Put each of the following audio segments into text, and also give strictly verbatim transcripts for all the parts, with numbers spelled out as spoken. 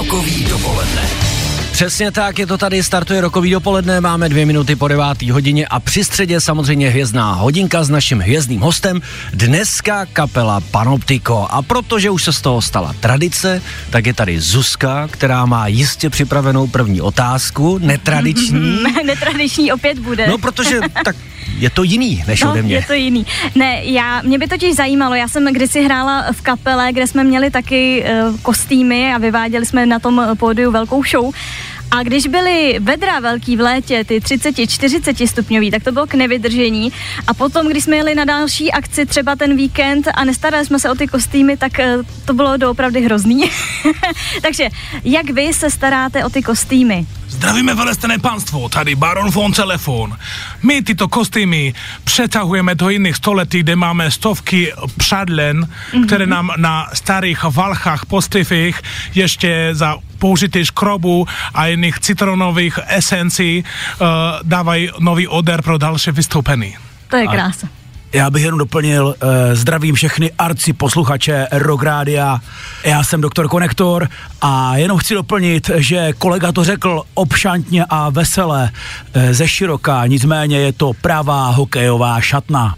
Rokový dopoledne. Přesně tak, je to tady, startuje Rokový dopoledne, máme dvě minuty po devátý hodině a při středě samozřejmě hvězdná hodinka s naším hvězdným hostem, dneska kapela Panoptiko. A protože už se z toho stala tradice, tak je tady Zuzka, která má jistě připravenou první otázku, netradiční. Netradiční opět bude. No, protože tak je to jiný než no, ode mě. je to jiný. Ne, já, mě by totiž zajímalo, já jsem kdysi hrála v kapele, kde jsme měli taky uh, kostýmy a vyváděli jsme na tom pódiu velkou show. A když byly vedra velký v létě, ty třicet čtyřicet stupňový, tak to bylo k nevydržení. A potom, když jsme jeli na další akci, třeba ten víkend a nestarali jsme se o ty kostýmy, tak to bylo doopravdy hrozný. Takže jak vy se staráte o ty kostýmy? Zdravíme velestené panstvo, tady Baron von Telefon. My tyto kostýmy přetahujeme do jiných století, kde máme stovky přadlen, mm-hmm. které nám na starých valchách postivých ještě za použitý škrobu a jiných citronových esencí uh, dávají nový odér pro další vystoupení. To je krása. Já bych jenom doplnil, eh, zdravím všechny arci posluchače Rock Rádia, já jsem doktor Konektor a jenom chci doplnit, že kolega to řekl obšantně a vesele, eh, ze široka, nicméně je to pravá hokejová šatna.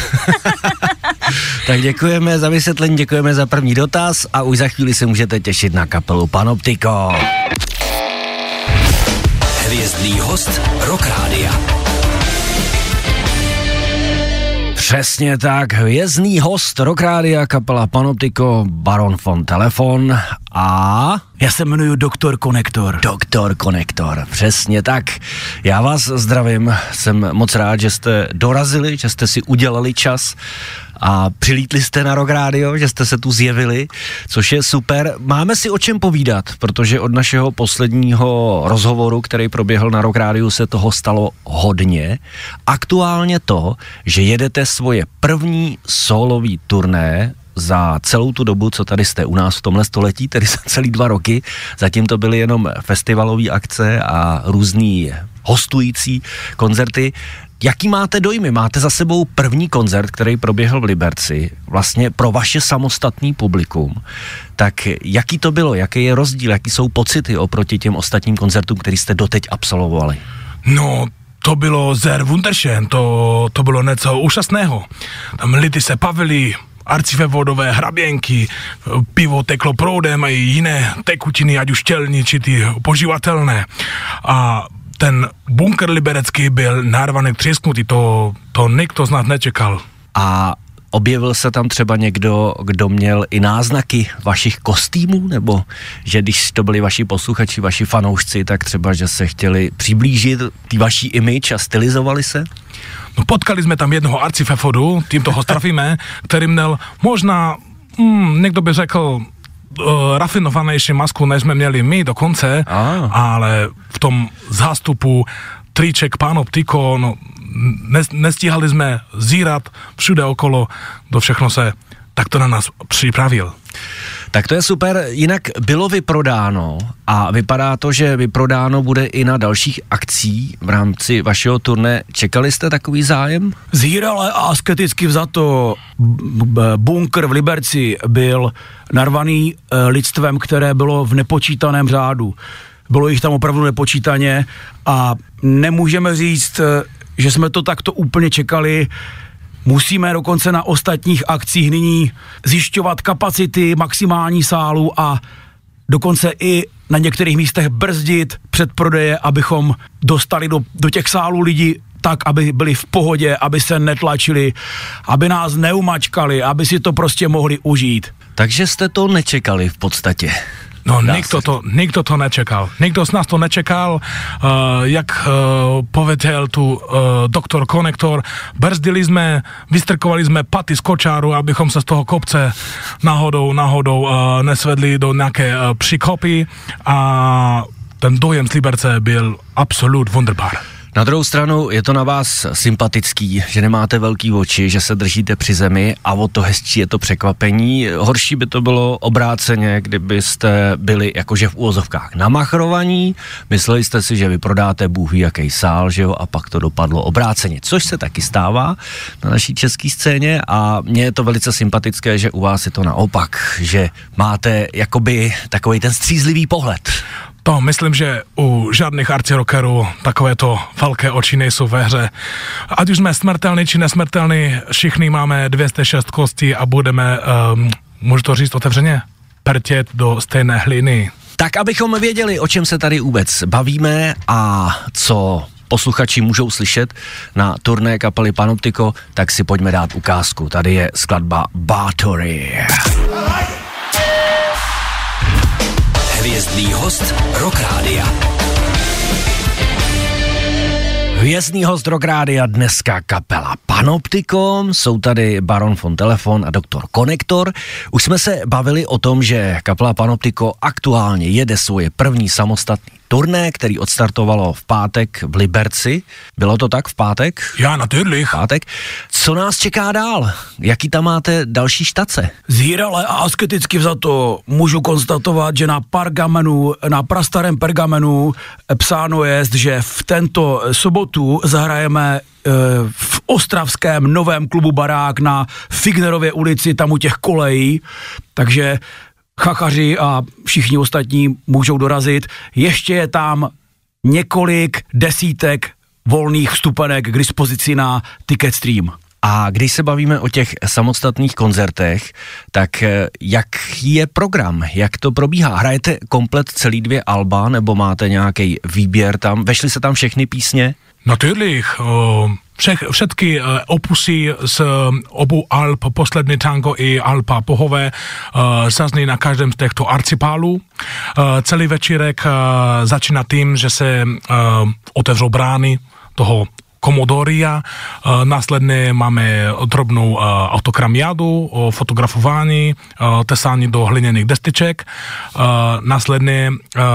Tak děkujeme za vysvětlení, děkujeme za první dotaz a už za chvíli se můžete těšit na kapelu Panoptiko. Hvězdný host Rock Rádia. Přesně tak, hvězdný host Rock Rádia, kapela Panoptiko, Baron von Telefon a... Já se jmenuji doktor Konektor. Doktor Konektor, přesně tak. Já vás zdravím, jsem moc rád, že jste dorazili, že jste si udělali čas a přilítli jste na Rock Radio, že jste se tu zjevili, což je super. Máme si o čem povídat, protože od našeho posledního rozhovoru, který proběhl na Rock Radio, se toho stalo hodně. Aktuálně to, že jedete svoje první solový turné za celou tu dobu, co tady jste u nás v tomhle století, tedy za celý dva roky. Zatím to byly jenom festivalové akce a různý hostující koncerty. Jaký máte dojmy? Máte za sebou první koncert, který proběhl v Liberci, vlastně pro vaše samostatný publikum. Tak jaký to bylo? Jaký je rozdíl? Jaký jsou pocity oproti těm ostatním koncertům, který jste doteď absolvovali? No, to bylo sehr wunderschön, to, to bylo něco úžasného. Tam lidi se bavili, arcivévodové hraběnky, pivo teklo proudem a i jiné tekutiny, ať už tělní, či ty poživatelné. A ten bunkr liberecký byl narvaný, třesknutý, to, to nikdo z nás nečekal. A objevil se tam třeba někdo, kdo měl i náznaky vašich kostýmů, nebo že když to byli vaši posluchači, vaši fanoušci, tak třeba, že se chtěli přiblížit tý vaší image a stylizovali se? No, potkali jsme tam jednoho arcifefodu, tímto ho strafíme, který měl možná, hmm, někdo by řekl, Uh, rafinovanější masku, než jsme měli my dokonce, ah. ale v tom zástupu triček Panoptiko, no, nestíhali jsme zírat všude okolo, do všechno se takto na nás připravil. Tak to je super, jinak bylo vyprodáno a vypadá to, že vyprodáno bude i na dalších akcí v rámci vašeho turné. Čekali jste takový zájem? Zírale a asketicky vzato bunkr v Liberci byl narvaný lidstvem, které bylo v nepočítaném řádu. Bylo jich tam opravdu nepočítaně a nemůžeme říct, že jsme to takto úplně čekali. Musíme dokonce na ostatních akcích nyní zjišťovat kapacity maximální sálu a dokonce i na některých místech brzdit předprodeje, abychom dostali do, do těch sálů lidi tak, aby byli v pohodě, aby se netlačili, aby nás neumačkali, aby si to prostě mohli užít. Takže jste to nečekali v podstatě. No, nikto to, nikto to nečekal. Nikto z nás to nečekal. Uh, jak uh, povedal tu uh, doktor Konektor, brzdili sme, vystrkovali sme paty z kočáru, abychom sa z toho kopce náhodou, náhodou uh, nesvedli do nejaké uh, přikopy a ten dojem z Liberce byl absolut wunderbar. Na druhou stranu je to na vás sympatický, že nemáte velký oči, že se držíte při zemi a o to hezčí je to překvapení. Horší by to bylo obráceně, kdybyste byli jakože v úvozovkách namachrovaní, mysleli jste si, že vy prodáte bůh ví jaký sál, že jo, a pak to dopadlo obráceně, což se taky stává na naší české scéně a mně je to velice sympatické, že u vás je to naopak, že máte jakoby takovej ten střízlivý pohled. To myslím, že u žádných arci-rockerů takovéto velké oči nejsou ve hře. Ať už jsme smrtelní či nesmrtelní, všichni máme dvě stě šest kostí a budeme, um, můžu to říct otevřeně, prtět do stejné hliny. Tak abychom věděli, o čem se tady vůbec bavíme a co posluchači můžou slyšet na turné kapely Panoptiko, tak si pojďme dát ukázku. Tady je skladba Bathory. Hvězdný host Rock Rádia. Hvězdný host Rock Rádia, dneska kapela Panoptiko, jsou tady Baron von Telefon a doktor Konektor. Už jsme se bavili o tom, že kapela Panoptiko aktuálně jede svoje první samostatný turné, který odstartovalo v pátek v Liberci. Bylo to tak v pátek? Já natürlich. V pátek. Co nás čeká dál? Jaký tam máte další štace? Zírale a asketicky vzato můžu konstatovat, že na pergamenu, na prastarém pergamenu psáno je, že v tento sobotu zahrajeme e, v ostravském novém klubu Barák na Fignerově ulici, tam u těch kolejí, takže chachaři a všichni ostatní můžou dorazit. Ještě je tam několik desítek volných vstupenek k dispozici na Ticketstream. A když se bavíme o těch samostatných koncertech, tak jaký je program? Jak to probíhá? Hrajete komplet celý dvě alba, nebo máte nějaký výběr tam? Vešly se tam všechny písně? Natürlich. Všech, všetky uh, opusy z uh, obou alb, Poslední tango i alba Pohové, uh, zazní na každém z těchto arcipálů. Uh, celý večírek uh, začíná tím, že se uh, otevřou brány toho Komodoria, uh, následně máme drobnou uh, autokramiadu, uh, fotografování, uh, tesání do hliněných destiček, uh, následně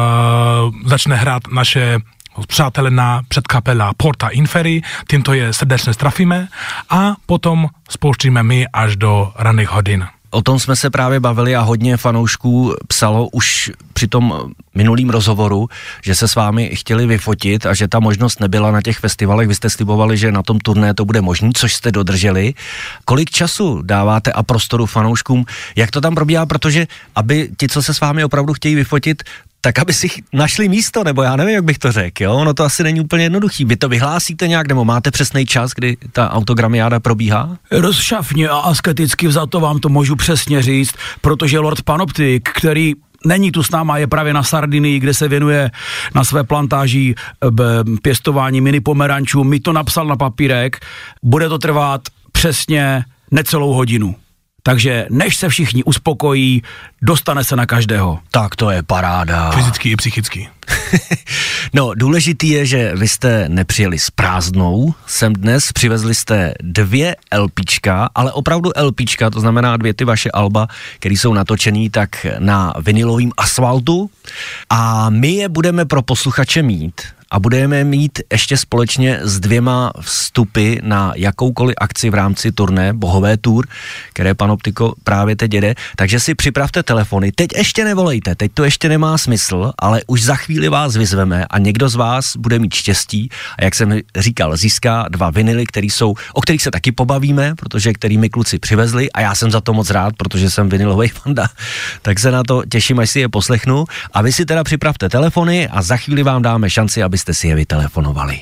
uh, začne hrát naše přátelé předkapela Porta Inferi, tímto je srdečně strafíme a potom spouštíme my až do raných hodin. O tom jsme se právě bavili a hodně fanoušků psalo už při tom minulým rozhovoru, že se s vámi chtěli vyfotit a že ta možnost nebyla na těch festivalech. Vy jste slibovali, že na tom turné to bude možný, což jste dodrželi. Kolik času dáváte a prostoru fanouškům? Jak to tam probíhá? Protože aby ti, co se s vámi opravdu chtějí vyfotit, tak aby si našli místo, nebo já nevím, jak bych to řekl, jo? Ono to asi není úplně jednoduchý. Vy to vyhlásíte nějak, nebo máte přesný čas, kdy ta autogramiáda probíhá? Rozšafně a asketicky vzato vám to můžu přesně říct, protože Lord Panoptik, který není tu s náma, je právě na Sardinii, kde se věnuje na své plantáži pěstování mini pomerančů, mi to napsal na papírek, bude to trvat přesně necelou hodinu. Takže než se všichni uspokojí, dostane se na každého. Tak to je paráda. Fyzicky i psychicky. No, důležitý je, že vy jste nepřijeli s prázdnou sem dnes, přivezli jste dvě LPčka, ale opravdu LPčka, to znamená dvě ty vaše alba, které jsou natočený tak na vinilovém asfaltu a my je budeme pro posluchače mít a budeme mít ještě společně s dvěma vstupy na jakoukoliv akci v rámci turné Bohové tour, které Panoptiko právě teď jede, takže si připravte telefony, teď ještě nevolejte, teď to ještě nemá smysl, ale už za chvíli vás vyzveme a někdo z vás bude mít štěstí a jak jsem říkal, získá dva vinily, který jsou, o kterých se taky pobavíme, protože kterými kluci přivezli a já jsem za to moc rád, protože jsem vinilový fanda, tak se na to těším, až si je poslechnu a vy si teda připravte telefony a za chvíli vám dáme šanci, abyste si je vytelefonovali.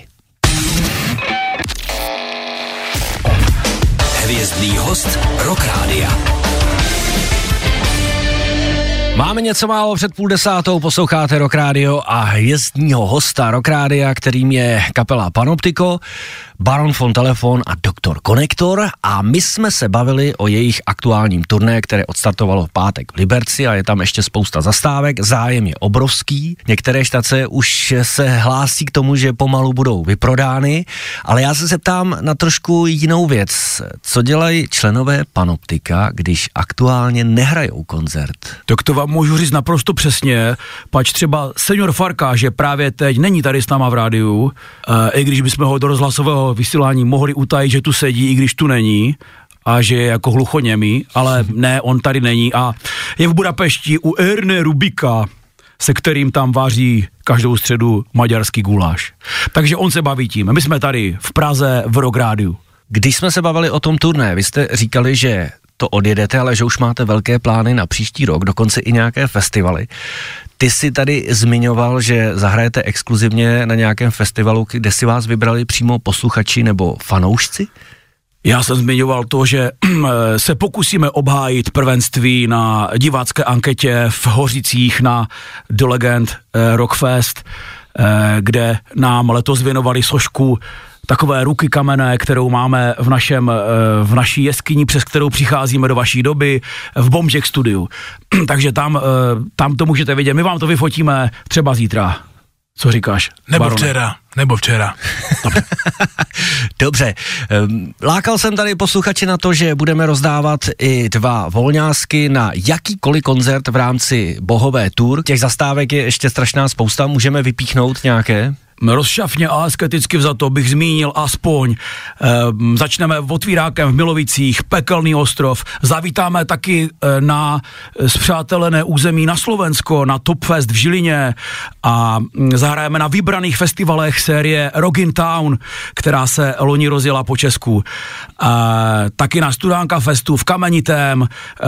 Hvězdný host Rock Rádia. Máme něco málo před půl desátou, posloucháte Rock Radio a hvězdního hosta Rock Rádia, kterým je kapela Panoptiko, Baron von Telefon a doktor Konektor a my jsme se bavili o jejich aktuálním turné, které odstartovalo v pátek v Liberci a je tam ještě spousta zastávek, zájem je obrovský, některé štace už se hlásí k tomu, že pomalu budou vyprodány, ale já se zeptám na trošku jinou věc. Co dělají členové Panoptika, když aktuálně nehrajou koncert? Tak to vám můžu říct naprosto přesně, pač třeba senior Farkáš, že právě teď není tady s náma v rádiu, e, i když bychom ho do rozhlasového vysílání mohli utajit, že tu sedí, i když tu není, a že je jako hluchoněmý, ale ne, on tady není a je v Budapešti u Erne Rubika, se kterým tam vaří každou středu maďarský guláš. Takže on se baví tím. My jsme tady v Praze v Rock Rádiu. Když jsme se bavili o tom turné, vy jste říkali, že to odjedete, ale že už máte velké plány na příští rok, dokonce i nějaké festivaly. Ty jsi tady zmiňoval, že zahrajete exkluzivně na nějakém festivalu, kde si vás vybrali přímo posluchači nebo fanoušci? Já jsem zmiňoval to, že se pokusíme obhájit prvenství na divácké anketě v Hořicích na The Legend Rockfest, kde nám letos věnovali sošku takové ruky kamenné, kterou máme v, našem, v naší jeskyni, přes kterou přicházíme do vaší doby v Bombjack studiu. Takže tam, tam to můžete vidět. My vám to vyfotíme třeba zítra. Co říkáš? Nebo Barone? včera, nebo včera. Dobře. Dobře. Lákal jsem tady posluchači na to, že budeme rozdávat i dva volňásky na jakýkoliv koncert v rámci Bohové tour. Těch zastávek je ještě strašná spousta, můžeme vypíchnout nějaké? Rozšafně a asketicky vzato bych zmínil aspoň. E, začneme otvírákem v Milovicích, Pekelný ostrov, zavítáme taky e, na spřátelené území na Slovensko, na Topfest v Žilině a m, zahrajeme na vybraných festivalech série Rock in Town, která se loni rozjela po Česku. E, taky na Studánka festu v Kamenitém, e,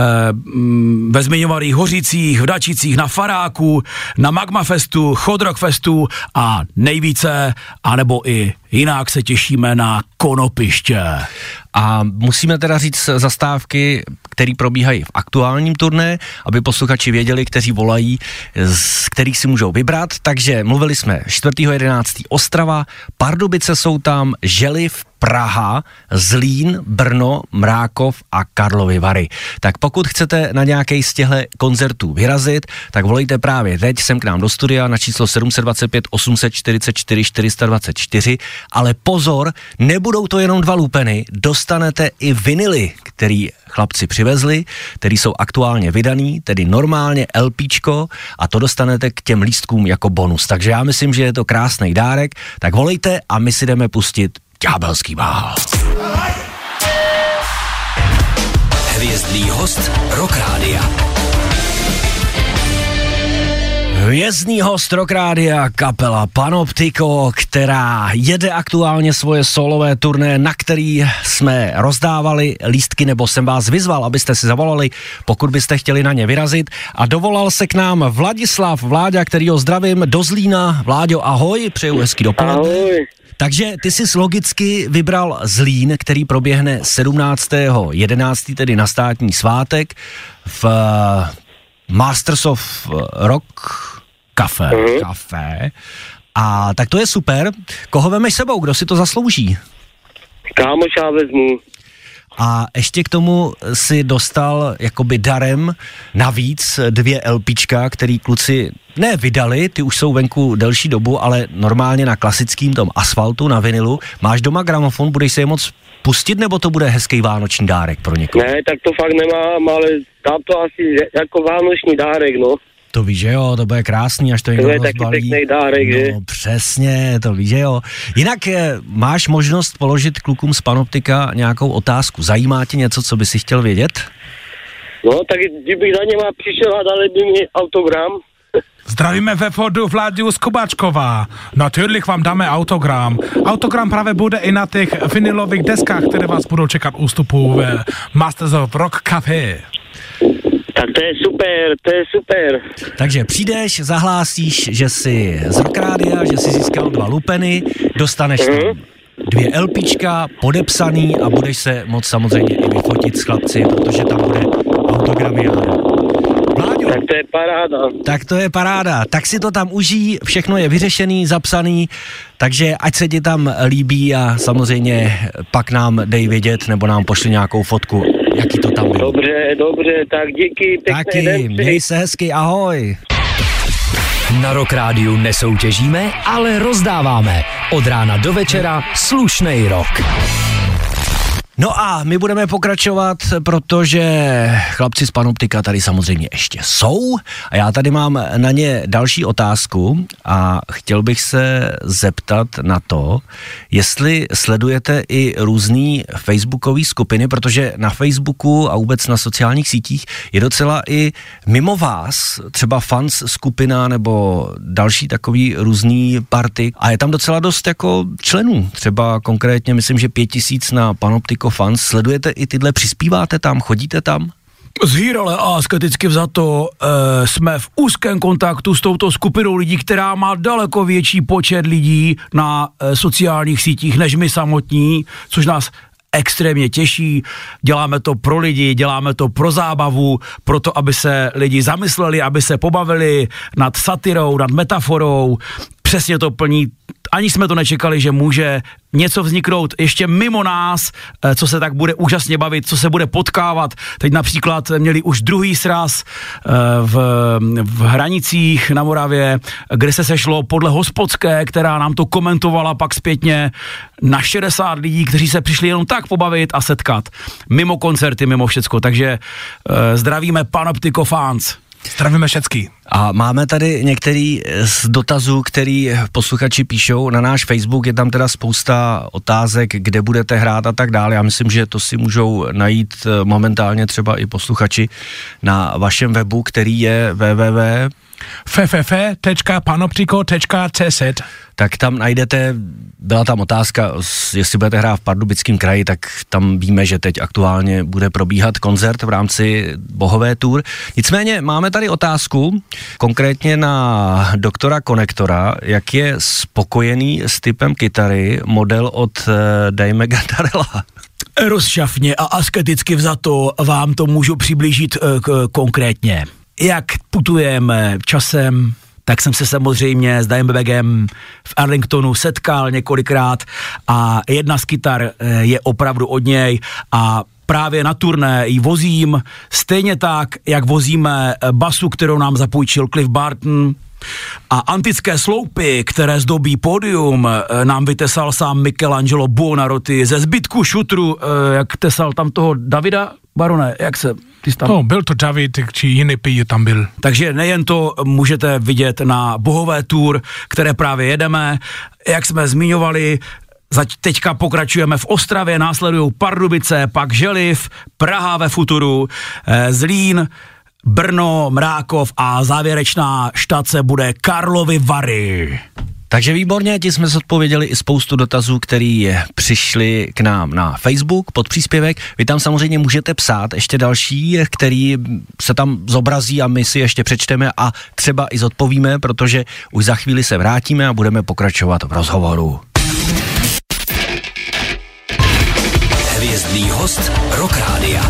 m, ve zmiňovaných Hořicích, v Dačicích, na Faráku, na Magma festu, Chodrock festu a nej více, anebo i jinak se těšíme na Konopiště. A musíme teda říct zastávky, které probíhají v aktuálním turné, aby posluchači věděli, kteří volají, z kterých si můžou vybrat. Takže mluvili jsme čtvrtého jedenáctého Ostrava, Pardubice jsou tam, Želiv, Praha, Zlín, Brno, Mrákov a Karlovy Vary. Tak pokud chcete na nějaký z těchto koncertů vyrazit, tak volejte právě teď sem k nám do studia na číslo sedm dva pět osm čtyřicet čtyři čtyři dvacet čtyři, ale pozor, nebudou to jenom dva lupeny, dostanete i vinily, který chlapci přivezli, který jsou aktuálně vydaný, tedy normálně LPčko a to dostanete k těm lístkům jako bonus. Takže já myslím, že je to krásný dárek, tak volejte a my si jdeme pustit Ďábelský bál. Hvězdný host Rock Rádia. Hvězdný host Rock Rádia, kapela Panoptiko, která jede aktuálně svoje solové turné, na který jsme rozdávali lístky, nebo jsem vás vyzval, abyste si zavolali, pokud byste chtěli na ně vyrazit. A dovolal se k nám Vladislav Vláďa, kterýho zdravím do Zlína. Vláďo, ahoj, přeju hezký dopoledne. Ahoj. Takže ty jsi logicky vybral Zlín, který proběhne sedmnáctého jedenáctého tedy na státní svátek v Masters of Rock Café. Mm. Café. A tak to je super. Koho vemeš sebou? Kdo si to zaslouží? Kámoša vezmu. A ještě k tomu si dostal jakoby darem navíc dvě LPčka, který kluci ne vydali, ty už jsou venku delší dobu, ale normálně na klasickým tom asfaltu, na vinilu. Máš doma gramofon, budeš se je moc pustit, nebo to bude hezký vánoční dárek pro někoho? Ne, tak to fakt nemám, ale dám to asi jako vánoční dárek, no. To víš, že jo, to bude krásný, až to někdo rozbalí. To je taky pěkný dárek, no, že? Přesně, to víš, že jo. Jinak je, máš možnost položit klukům z Panoptika nějakou otázku. Zajímá tě něco, co by si chtěl vědět? No, tak kdybych za něma přišel a dali by mi autogram. Zdravíme ve Fordu Vláďu z Kubačkova. Natürlich vám dáme autogram. Autogram právě bude i na těch vinilových deskách, které vás budou čekat ústupu v Masters of Rock Café. Tak to je super, to je super. Takže přijdeš, zahlásíš, že jsi z Rock Rádia, že jsi získal dva lupeny, dostaneš mm-hmm. tam dvě LPčka podepsaný a budeš se moc samozřejmě i vyfotit s chlapci, protože tam bude autogramiáda. Vláďo, tak to je paráda. Tak to je paráda. Tak si to tam užij, všechno je vyřešený, zapsaný, takže ať se ti tam líbí a samozřejmě pak nám dej vědět nebo nám pošli nějakou fotku, jaký to tam bylo. Dobře, dobře, tak díky, pěkný Taky, den. měj se hezky, ahoj. Na Rock Rádiu nesoutěžíme, ale rozdáváme. Od rána do večera slušnej rock. No a my budeme pokračovat, protože chlapci z Panoptika tady samozřejmě ještě jsou a já tady mám na ně další otázku a chtěl bych se zeptat na to, jestli sledujete i různý facebookové skupiny, protože na Facebooku a vůbec na sociálních sítích je docela i mimo vás, třeba fans skupina nebo další takový různý party a je tam docela dost jako členů, třeba konkrétně myslím, že pět tisíc na Panoptiko fans. Sledujete i tyhle, přispíváte tam, chodíte tam? Zhýrale a asketicky vzato e, jsme v úzkém kontaktu s touto skupinou lidí, která má daleko větší počet lidí na e, sociálních sítích než my samotní, což nás extrémně těší. Děláme to pro lidi, děláme to pro zábavu, proto, aby se lidi zamysleli, aby se pobavili nad satirou, nad metaforou. Přesně to plní, ani jsme to nečekali, že může něco vzniknout ještě mimo nás, co se tak bude úžasně bavit, co se bude potkávat. Teď například měli už druhý sraz v, v Hranicích na Moravě, kde se sešlo podle hospodské, která nám to komentovala pak zpětně na šedesát lidí, kteří se přišli jenom tak pobavit a setkat. Mimo koncerty, mimo všecko. Takže zdravíme Panoptiko fans. Zdravíme všecky. A máme tady některý z dotazů, který posluchači píšou na náš Facebook, je tam teda spousta otázek, kde budete hrát a tak dále. Já myslím, že to si můžou najít momentálně třeba i posluchači na vašem webu, který je w w w f f f tečka panoptiko tečka c z. Tak tam najdete, byla tam otázka, jestli budete hrát v Pardubickém kraji, tak tam víme, že teď aktuálně bude probíhat koncert v rámci Bohové tour. Nicméně máme tady otázku, konkrétně na doktora Konektora, jak je spokojený s typem kytary model od uh, Dame Gantarella. Rozšafně a asketicky vzato vám to můžu přiblížit uh, k- konkrétně. Jak putujeme časem, tak jsem se samozřejmě s Dimebagem v Arlingtonu setkal několikrát a jedna z kytar je opravdu od něj a právě na turné ji vozím, stejně tak, jak vozíme basu, kterou nám zapůjčil Cliff Barton, a antické sloupy, které zdobí pódium, nám vytesal sám Michelangelo Buonarroti ze zbytku šutru, jak tesal tam toho Davida, Barone, jak se... Tam... No, byl to David, či jiný pí tam byl. Takže nejen to můžete vidět na Bohové tour, které právě jedeme, jak jsme zmiňovali, teďka pokračujeme v Ostravě, následují Pardubice, pak Želiv, Praha ve Futuru, Zlín, Brno, Mrákov a závěrečná štace bude Karlovy Vary. Takže výborně, ti jsme zodpověděli i spoustu dotazů, který přišli k nám na Facebook pod příspěvek. Vy tam samozřejmě můžete psát ještě další, který se tam zobrazí a my si ještě přečteme a třeba i zodpovíme, protože už za chvíli se vrátíme a budeme pokračovat v rozhovoru. Hvězdný host Rock Rádia.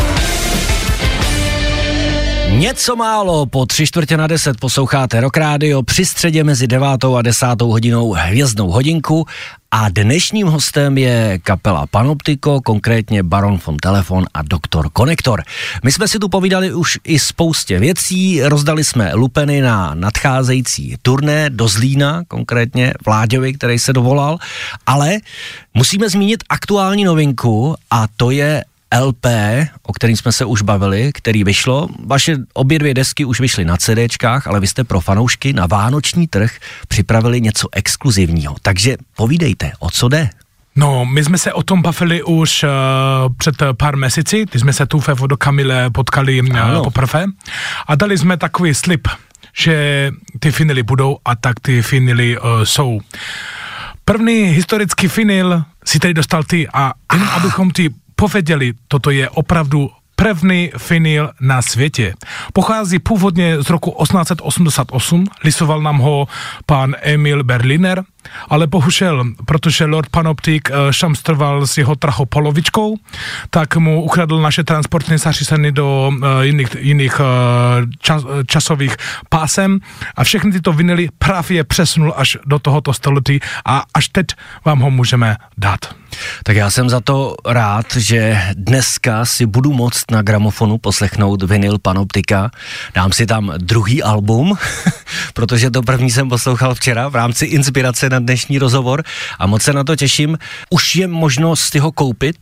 Něco málo po tři čtvrtě na deset posloucháte Rock Radio při středě mezi devátou a desátou hodinou hvězdnou hodinku a dnešním hostem je kapela Panoptiko, konkrétně Baron von Telefon a doktor Konektor. My jsme si tu povídali už i spoustě věcí, rozdali jsme lupeny na nadcházející turné do Zlína, konkrétně Vláďovi, který se dovolal, ale musíme zmínit aktuální novinku a to je L P, o kterým jsme se už bavili, který vyšlo. Vaše obě dvě desky už vyšly na CDčkách, ale vy jste pro fanoušky na vánoční trh připravili něco exkluzivního. Takže povídejte, o co jde? No, my jsme se o tom bavili už uh, před pár měsíci, když jsme se tu ve do Kamile potkali uh, poprvé a dali jsme takový slib, že ty finily budou a tak ty finily uh, jsou. První historický vinyl si tady dostal ty a jenom abychom ty povedeli, toto je opravdu první vinyl na světě. Pochází původně z roku osmnáct osmdesát osm, listoval nám ho pán Emil Berliner, ale bohužel, protože Lord Panoptik šamstrval s jeho trahopolovičkou, tak mu ukradl naše transportní zařízení do uh, jiných, jiných uh, čas, časových pásem a všechny tyto vinily právě přesunul až do tohoto století a až teď vám ho můžeme dát. Tak já jsem za to rád, že dneska si budu moct na gramofonu poslechnout vinyl Panoptika. Dám si tam druhý album, protože to první jsem poslouchal včera v rámci inspirace na dnešní rozhovor a moc se na to těším. Už je možnost si ho koupit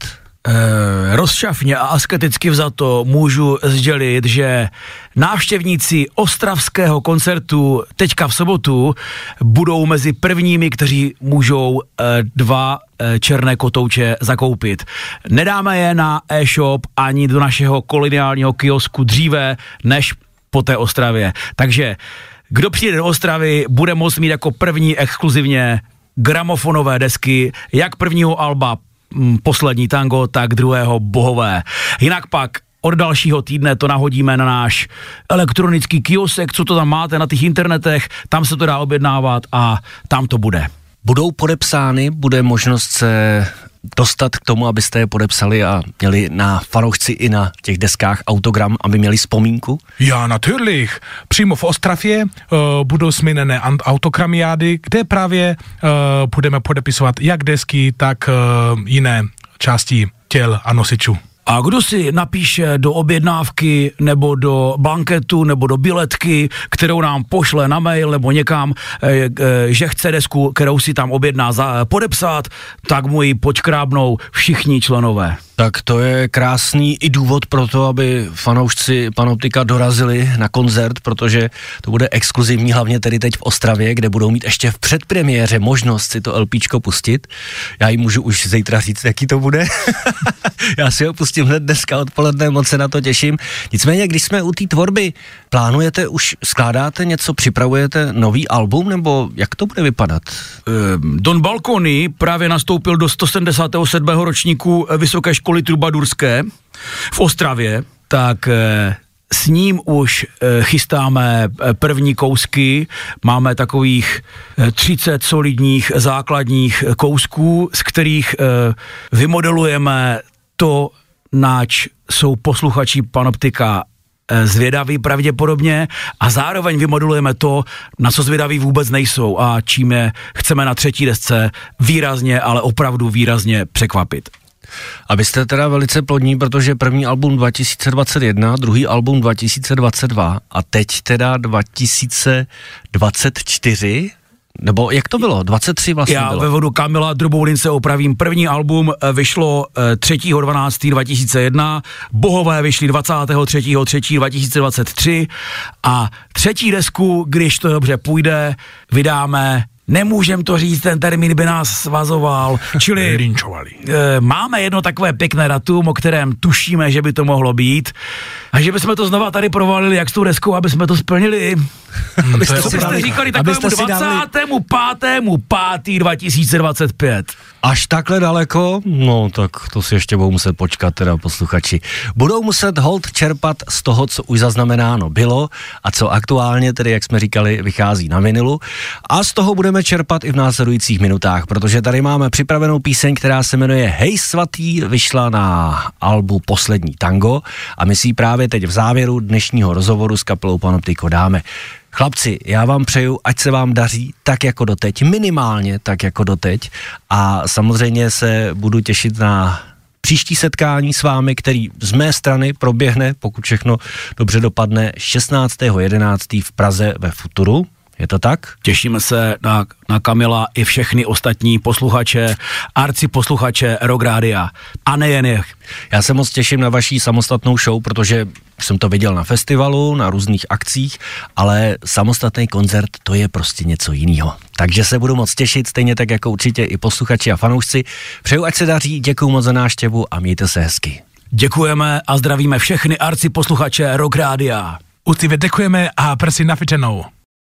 E, rozšafně a asketicky vzato můžu sdělit, že návštěvníci ostravského koncertu teďka v sobotu budou mezi prvními, kteří můžou e, dva e, černé kotouče zakoupit. Nedáme je na e-shop ani do našeho koloniálního kiosku dříve, než po té Ostravě. Takže kdo přijde do Ostravy, bude moct mít jako první exkluzivně gramofonové desky, jak prvního alba Poslední tango, tak druhého Bohové. Jinak pak od dalšího týdne to nahodíme na náš elektronický kiosek, co to tam máte na těch internetech, tam se to dá objednávat a tam to bude. Budou podepsány, bude možnost se dostat k tomu, abyste je podepsali a měli na fanoušci i na těch deskách autogram, aby měli vzpomínku? Ja, natürlich. Přímo v Ostravě uh, budou změněné autogramiády, kde právě uh, budeme podepisovat jak desky, tak uh, jiné části těl a nosičů. A kdo si napíše do objednávky nebo do blanketu nebo do biletky, kterou nám pošle na mail nebo někam, že chce desku, kterou si tam objedná za, podepsat, tak mu ji počkrábnou všichni členové. Tak to je krásný i důvod pro to, aby fanoušci Panoptika dorazili na koncert, protože to bude exkluzivní, hlavně tedy teď v Ostravě, kde budou mít ještě v předpremiéře možnost si to LPčko pustit. Já jim můžu už zítra říct, jaký to bude. Já si ho pustím hned dneska odpoledne, moc se na to těším. Nicméně, když jsme u té tvorby, plánujete už, skládáte něco, připravujete nový album, nebo jak to bude vypadat? Don Balcony právě nastoupil do sto sedmdesátého sedmého ročníku Vysoké školy trubadurské v Ostravě, tak s ním už chystáme první kousky, máme takových třicet solidních základních kousků, z kterých vymodelujeme to, nač jsou posluchači Panoptika zvědaví pravděpodobně a zároveň vymodelujeme to, na co zvědaví vůbec nejsou a čím je chceme na třetí desce výrazně, ale opravdu výrazně překvapit. A vy jste teda velice plodní, protože první album dva tisíce dvacet jedna, druhý album dva tisíce dvacet dva a teď teda dva tisíce dvacet čtyři, nebo jak to bylo? dvacet tři vlastně Já bylo. ve vodu Kamila Droboulin se opravím. První album vyšlo třetího dvanáctého dva tisíce jedna, Bohové vyšly dvacátého třetího třetího dva tisíce dvacet tři a třetí desku, když to dobře půjde, vydáme. Nemůžem to říct, ten termín by nás svazoval, čili e, máme jedno takové pěkné datum, o kterém tušíme, že by to mohlo být a že bychom to znova tady provalili jak s tou deskou, aby jsme to splnili. Hmm, abyste to jste říkali takovému dvacátého pátého pátého dva tisíce dvacet pět. Až takhle daleko? No tak to si ještě budou muset počkat teda posluchači. Budou muset hold čerpat z toho, co už zaznamenáno bylo a co aktuálně, tedy jak jsme říkali, vychází na vinilu a z toho budeme čerpat i v následujících minutách, protože tady máme připravenou píseň, která se jmenuje Hej svatý, vyšla na albu Poslední tango a my si ji právě teď v závěru dnešního rozhovoru s kapelou Panoptiko dáme. Chlapci, já vám přeju, ať se vám daří tak jako doteď, minimálně tak jako doteď a samozřejmě se budu těšit na příští setkání s vámi, který z mé strany proběhne, pokud všechno dobře dopadne, šestnáctého jedenáctého v Praze ve Futuru. Je to tak? Těšíme se na, na Kamila i všechny ostatní posluchače, arci posluchače Rock Rádia. A nejen jich. Já se moc těším na vaší samostatnou show, protože jsem to viděl na festivalu, na různých akcích, ale samostatný koncert, to je prostě něco jiného. Takže se budu moc těšit, stejně tak jako určitě i posluchači a fanoušci. Přeju, ať se daří, děkuju moc za návštěvu a mějte se hezky. Děkujeme a zdravíme všechny arci posluchače Rock Rádia. Úctivě děkujeme a prosím na fičenou.